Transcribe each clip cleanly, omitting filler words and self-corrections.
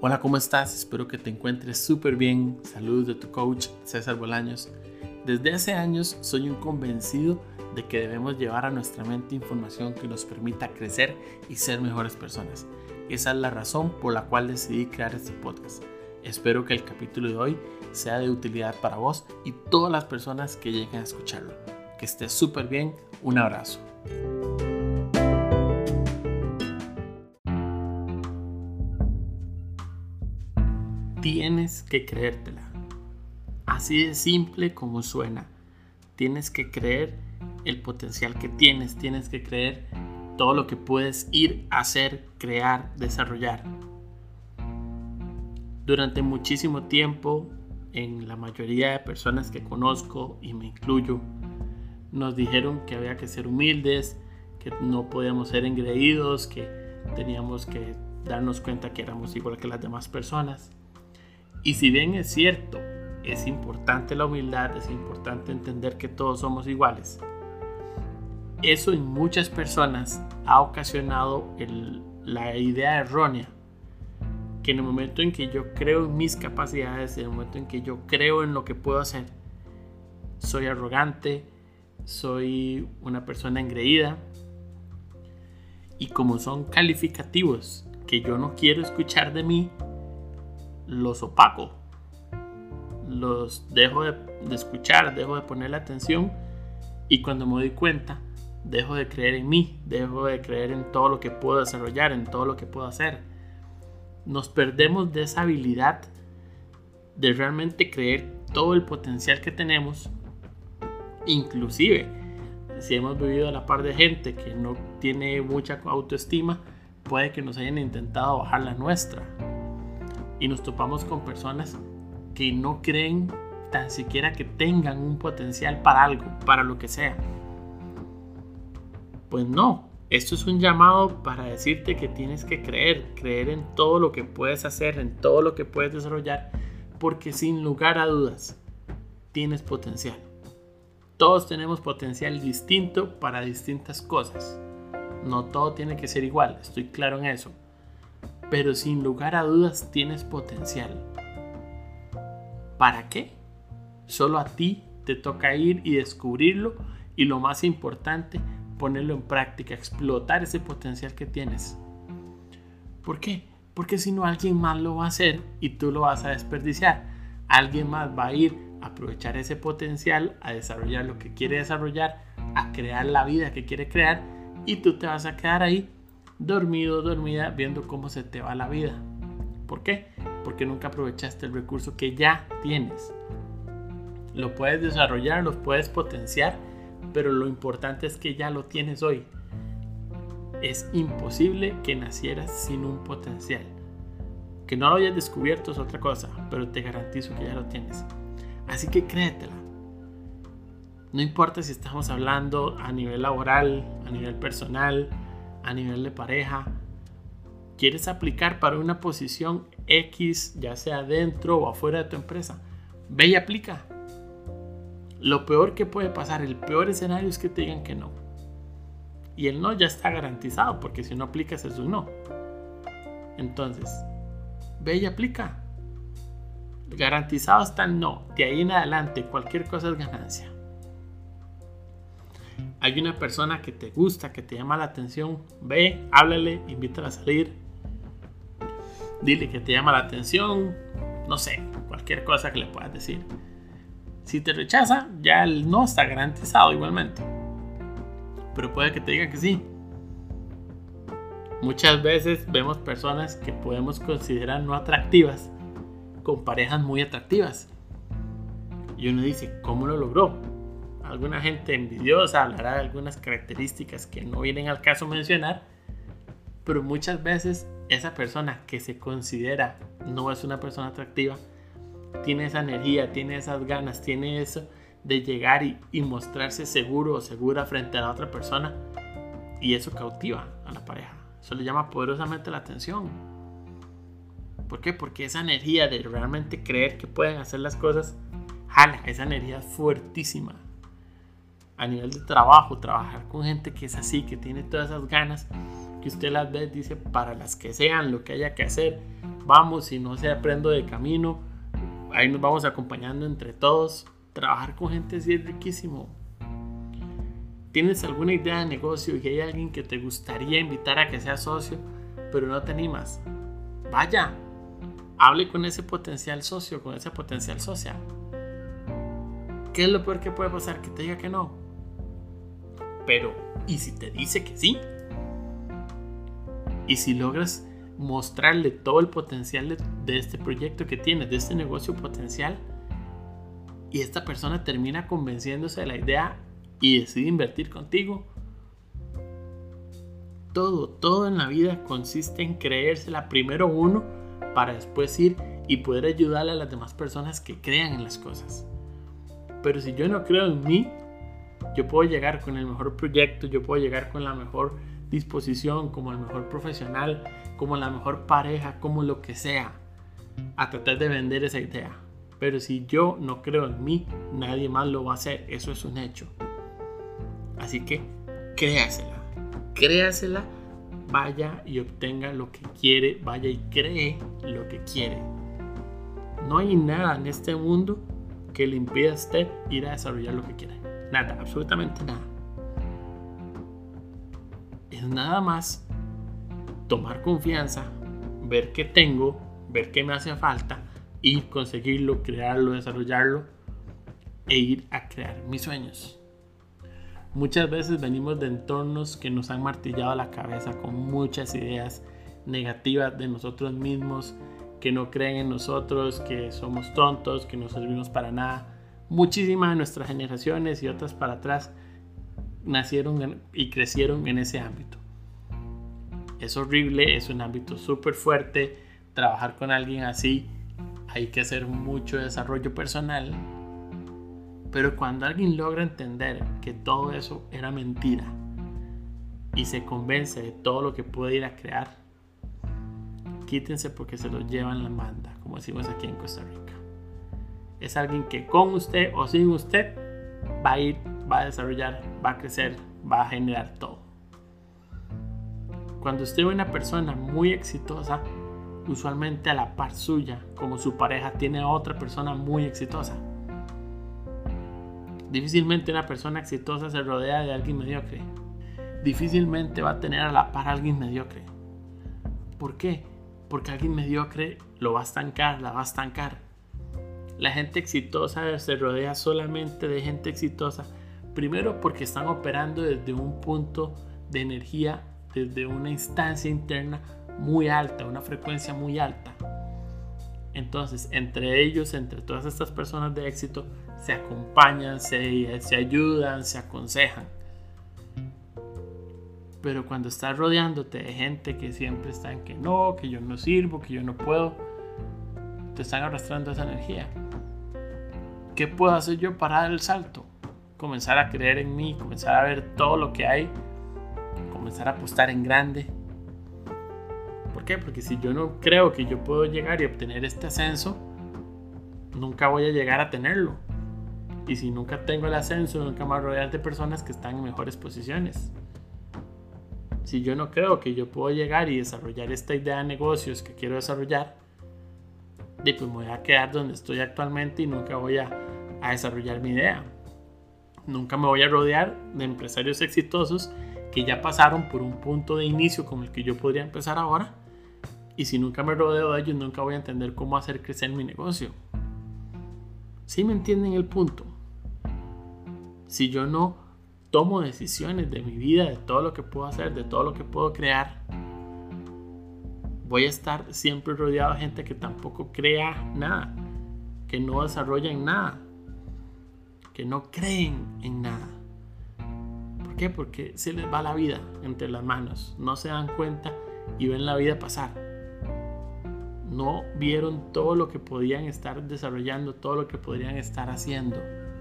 Hola, ¿cómo estás? Espero que te encuentres súper bien. Saludos de tu coach César Bolaños. Desde hace años soy un convencido de que debemos llevar a nuestra mente información que nos permita crecer y ser mejores personas. Esa es la razón por la cual decidí crear este podcast. Espero que el capítulo de hoy sea de utilidad para vos y todas las personas que lleguen a escucharlo. Que estés súper bien. Un abrazo. Tienes que creértela. Así de simple como suena. Tienes que creer el potencial que tienes. Tienes que creer todo lo que puedes ir a hacer, crear, desarrollar. Durante muchísimo tiempo, en la mayoría de personas que conozco, y me incluyo, nos dijeron que había que ser humildes, que no podíamos ser engreídos, que teníamos que darnos cuenta que éramos igual que las demás personas. Y si bien es cierto, es importante la humildad, es importante entender que todos somos iguales, eso en muchas personas ha ocasionado la idea errónea que en el momento en que yo creo en mis capacidades, en el momento en que yo creo en lo que puedo hacer, soy arrogante, soy una persona engreída. Y como son calificativos que yo no quiero escuchar de mí, los opaco, los dejo de escuchar, dejo de ponerle atención, y cuando me doy cuenta dejo de creer en mí, dejo de creer en todo lo que puedo desarrollar, en todo lo que puedo hacer. Nos perdemos de esa habilidad de realmente creer todo el potencial que tenemos. Inclusive si hemos vivido a la par de gente que no tiene mucha autoestima, puede que nos hayan intentado bajar la nuestra. Y nos topamos con personas que no creen tan siquiera que tengan un potencial para algo, para lo que sea. Pues no, esto es un llamado para decirte que tienes que creer en todo lo que puedes hacer, en todo lo que puedes desarrollar, porque sin lugar a dudas tienes potencial. Todos tenemos potencial distinto para distintas cosas. No todo tiene que ser igual, estoy claro en eso. Pero sin lugar a dudas tienes potencial. ¿Para qué? Solo a ti te toca ir y descubrirlo, y lo más importante, ponerlo en práctica, explotar ese potencial que tienes. ¿Por qué? Porque si no, alguien más lo va a hacer y tú lo vas a desperdiciar. Alguien más va a ir a aprovechar ese potencial, a desarrollar lo que quiere desarrollar, a crear la vida que quiere crear, y tú te vas a quedar ahí dormido, dormida, viendo cómo se te va la vida. ¿Por qué? Porque nunca aprovechaste el recurso que ya tienes. Lo puedes desarrollar, lo puedes potenciar, pero lo importante es que ya lo tienes hoy. Es imposible que nacieras sin un potencial. Que no lo hayas descubierto es otra cosa, pero te garantizo que ya lo tienes. Así que créetela. No importa si estamos hablando a nivel laboral, a nivel personal, a nivel de pareja. ¿Quieres aplicar para una posición X, ya sea dentro o afuera de tu empresa? Ve y aplica. Lo peor que puede pasar, el peor escenario, es que te digan que no. Y el no ya está garantizado, porque si no aplicas es un no. Entonces, ve y aplica. Garantizado está el no. De ahí en adelante, cualquier cosa es ganancia. Hay una persona que te gusta, que te llama la atención, ve, háblale, invítala a salir, dile que te llama la atención, no sé, cualquier cosa que le puedas decir. Si te rechaza, ya el no está garantizado igualmente, pero puede que te diga que sí. Muchas veces vemos personas que podemos considerar no atractivas con parejas muy atractivas, y uno dice, ¿cómo lo logró? Alguna gente envidiosa hablará de algunas características que no vienen al caso mencionar, pero muchas veces esa persona que se considera no es una persona atractiva tiene esa energía, tiene esas ganas, tiene eso de llegar y mostrarse seguro o segura frente a la otra persona, y eso cautiva a la pareja. Eso le llama poderosamente la atención. ¿Por qué? Porque esa energía de realmente creer que pueden hacer las cosas jala, esa energía es fuertísima. A nivel de trabajo, trabajar con gente que es así, que tiene todas esas ganas, que usted las ve, dice, para las que sean, lo que haya que hacer, vamos, si no sé, aprendo de camino, ahí nos vamos acompañando entre todos. Trabajar con gente sí es riquísimo. ¿Tienes alguna idea de negocio y hay alguien que te gustaría invitar a que sea socio, pero no te animas? Vaya, hable con ese potencial socio, con esa potencial socia. ¿Qué es lo peor que puede pasar? Que te diga que no. Pero, ¿y si te dice que sí? ¿Y si logras mostrarle todo el potencial de este proyecto que tienes, de este negocio potencial, y esta persona termina convenciéndose de la idea y decide invertir contigo? Todo en la vida consiste en creérsela primero uno para después ir y poder ayudarle a las demás personas que crean en las cosas. Pero si yo no creo en mí, yo puedo llegar con el mejor proyecto, yo puedo llegar con la mejor disposición, como el mejor profesional, como la mejor pareja, como lo que sea, a tratar de vender esa idea. Pero si yo no creo en mí, nadie más lo va a hacer. Eso es un hecho. Así que créasela, vaya y obtenga lo que quiere, vaya y cree lo que quiere. No hay nada en este mundo que le impida a usted ir a desarrollar lo que quiere. Nada, absolutamente nada. Es nada más tomar confianza, ver qué tengo, ver qué me hace falta, ir, conseguirlo, crearlo, desarrollarlo e ir a crear mis sueños. Muchas veces venimos de entornos que nos han martillado la cabeza con muchas ideas negativas de nosotros mismos, que no creen en nosotros, que somos tontos, que no servimos para nada. Muchísimas de nuestras generaciones y otras para atrás nacieron y crecieron en ese ámbito. Es horrible, es un ámbito súper fuerte. Trabajar con alguien así, hay que hacer mucho desarrollo personal. Pero cuando alguien logra entender que todo eso era mentira y se convence de todo lo que puede ir a crear, quítense porque se lo llevan la banda, como decimos aquí en Costa Rica. Es alguien que con usted o sin usted va a ir, va a desarrollar, va a crecer, va a generar todo. Cuando usted ve una persona muy exitosa, usualmente a la par suya, como su pareja, tiene a otra persona muy exitosa. Difícilmente una persona exitosa se rodea de alguien mediocre. Difícilmente va a tener a la par a alguien mediocre. ¿Por qué? Porque alguien mediocre lo va a estancar, la va a estancar. La gente exitosa se rodea solamente de gente exitosa. Primero porque están operando desde un punto de energía, desde una instancia interna muy alta, una frecuencia muy alta. Entonces, entre ellos, entre todas estas personas de éxito, se acompañan, se ayudan, se aconsejan. Pero cuando estás rodeándote de gente que siempre está en que no, que yo no sirvo, que yo no puedo, te están arrastrando esa energía. ¿Qué puedo hacer yo para dar el salto? Comenzar a creer en mí, comenzar a ver todo lo que hay, comenzar a apostar en grande. ¿Por qué? Porque si yo no creo que yo puedo llegar y obtener este ascenso, nunca voy a llegar a tenerlo. Y si nunca tengo el ascenso, nunca me voy a rodear de personas que están en mejores posiciones. Si yo no creo que yo puedo llegar y desarrollar esta idea de negocios que quiero desarrollar, pues me voy a quedar donde estoy actualmente y nunca voy a desarrollar mi idea. Nunca me voy a rodear de empresarios exitosos que ya pasaron por un punto de inicio como el que yo podría empezar ahora. Y si nunca me rodeo de ellos, nunca voy a entender cómo hacer crecer mi negocio. ¿Sí me entienden el punto? Si yo no tomo decisiones de mi vida, de todo lo que puedo hacer, de todo lo que puedo crear, voy a estar siempre rodeado de gente que tampoco crea nada, que no desarrollan nada, que no creen en nada. ¿Por qué? Porque se les va la vida entre las manos, no se dan cuenta y ven la vida pasar. No vieron todo lo que podían estar desarrollando, todo lo que podrían estar haciendo.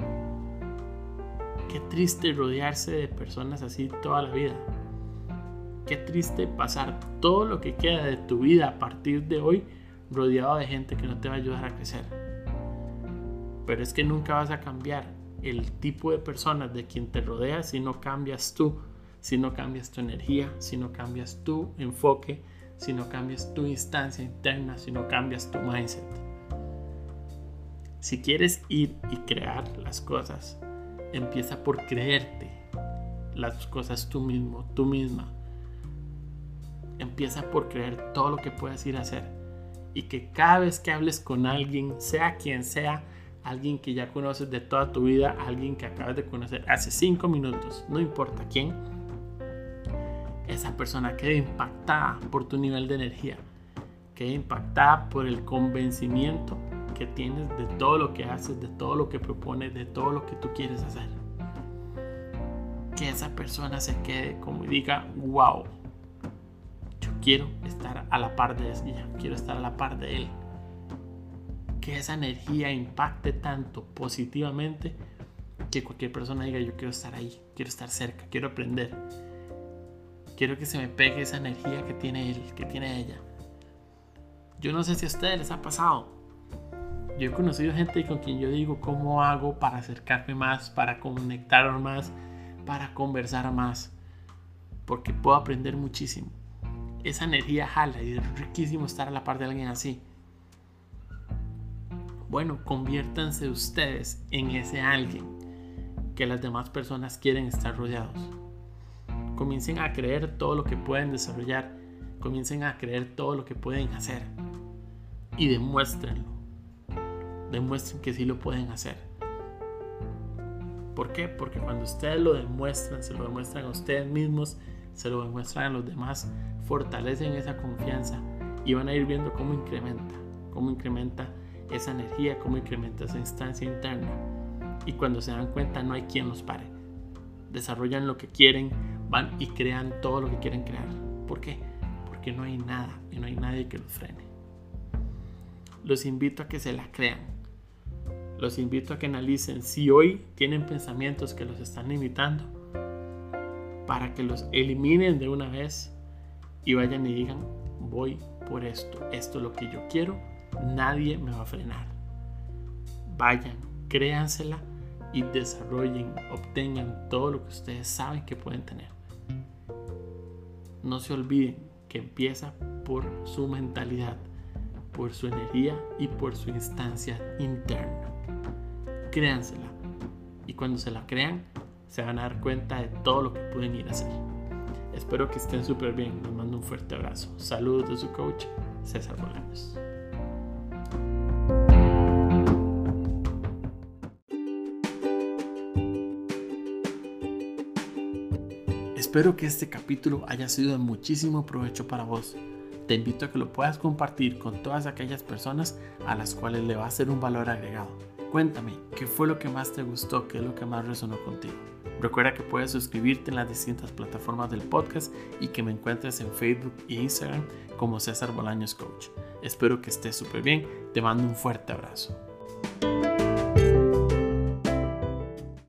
Qué triste rodearse de personas así toda la vida. Qué triste pasar todo lo que queda de tu vida a partir de hoy rodeado de gente que no te va a ayudar a crecer. Pero es que nunca vas a cambiar el tipo de personas de quien te rodeas si no cambias tú, si no cambias tu energía, si no cambias tu enfoque, si no cambias tu instancia interna, si no cambias tu mindset. Si quieres ir y crear las cosas, empieza por creerte las cosas tú mismo, tú misma. Empieza por creer todo lo que puedes ir a hacer, y que cada vez que hables con alguien, sea quien sea, alguien que ya conoces de toda tu vida, alguien que acabas de conocer hace 5 minutos, no importa quién, esa persona quede impactada por tu nivel de energía, quede impactada por el convencimiento que tienes de todo lo que haces, de todo lo que propones, de todo lo que tú quieres hacer. Que esa persona se quede como y diga, wow, yo quiero estar a la par de ella, quiero estar a la par de él. Que esa energía impacte tanto positivamente que cualquier persona diga, yo quiero estar ahí, quiero estar cerca, quiero aprender. Quiero que se me pegue esa energía que tiene él, que tiene ella. Yo no sé si a ustedes les ha pasado. Yo he conocido gente con quien yo digo, ¿cómo hago para acercarme más, para conectar más, para conversar más? Porque puedo aprender muchísimo. Esa energía jala y es riquísimo estar a la par de alguien así. Bueno, conviértanse ustedes en ese alguien que las demás personas quieren estar rodeados. Comiencen a creer todo lo que pueden desarrollar. Comiencen a creer todo lo que pueden hacer. Y demuéstrenlo. Demuestren que sí lo pueden hacer. ¿Por qué? Porque cuando ustedes lo demuestran, se lo demuestran a ustedes mismos, se lo demuestran a los demás, fortalecen esa confianza y van a ir viendo cómo incrementa esa energía, cómo incrementa esa instancia interna. Y cuando se dan cuenta, no hay quien los pare. Desarrollan lo que quieren, van y crean todo lo que quieren crear. ¿Por qué? Porque no hay nada y no hay nadie que los frene. Los invito a que se la crean. Los invito a que analicen si hoy tienen pensamientos que los están limitando, para que los eliminen de una vez y vayan y digan, voy por esto es lo que yo quiero, nadie me va a frenar. Vayan, créansela y desarrollen, obtengan todo lo que ustedes saben que pueden tener. No se olviden que empieza por su mentalidad, por su energía y por su instancia interna. Créansela, y cuando se la crean se van a dar cuenta de todo lo que pueden ir a hacer. Espero que estén súper bien. Les mando un fuerte abrazo. Saludos de su coach César Bolaños. Espero que este capítulo haya sido de muchísimo provecho para vos. Te invito a que lo puedas compartir con todas aquellas personas a las cuales le va a ser un valor agregado. Cuéntame, ¿qué fue lo que más te gustó? ¿Qué es lo que más resonó contigo? Recuerda que puedes suscribirte en las distintas plataformas del podcast y que me encuentres en Facebook e Instagram como César Bolaños Coach. Espero que estés súper bien. Te mando un fuerte abrazo.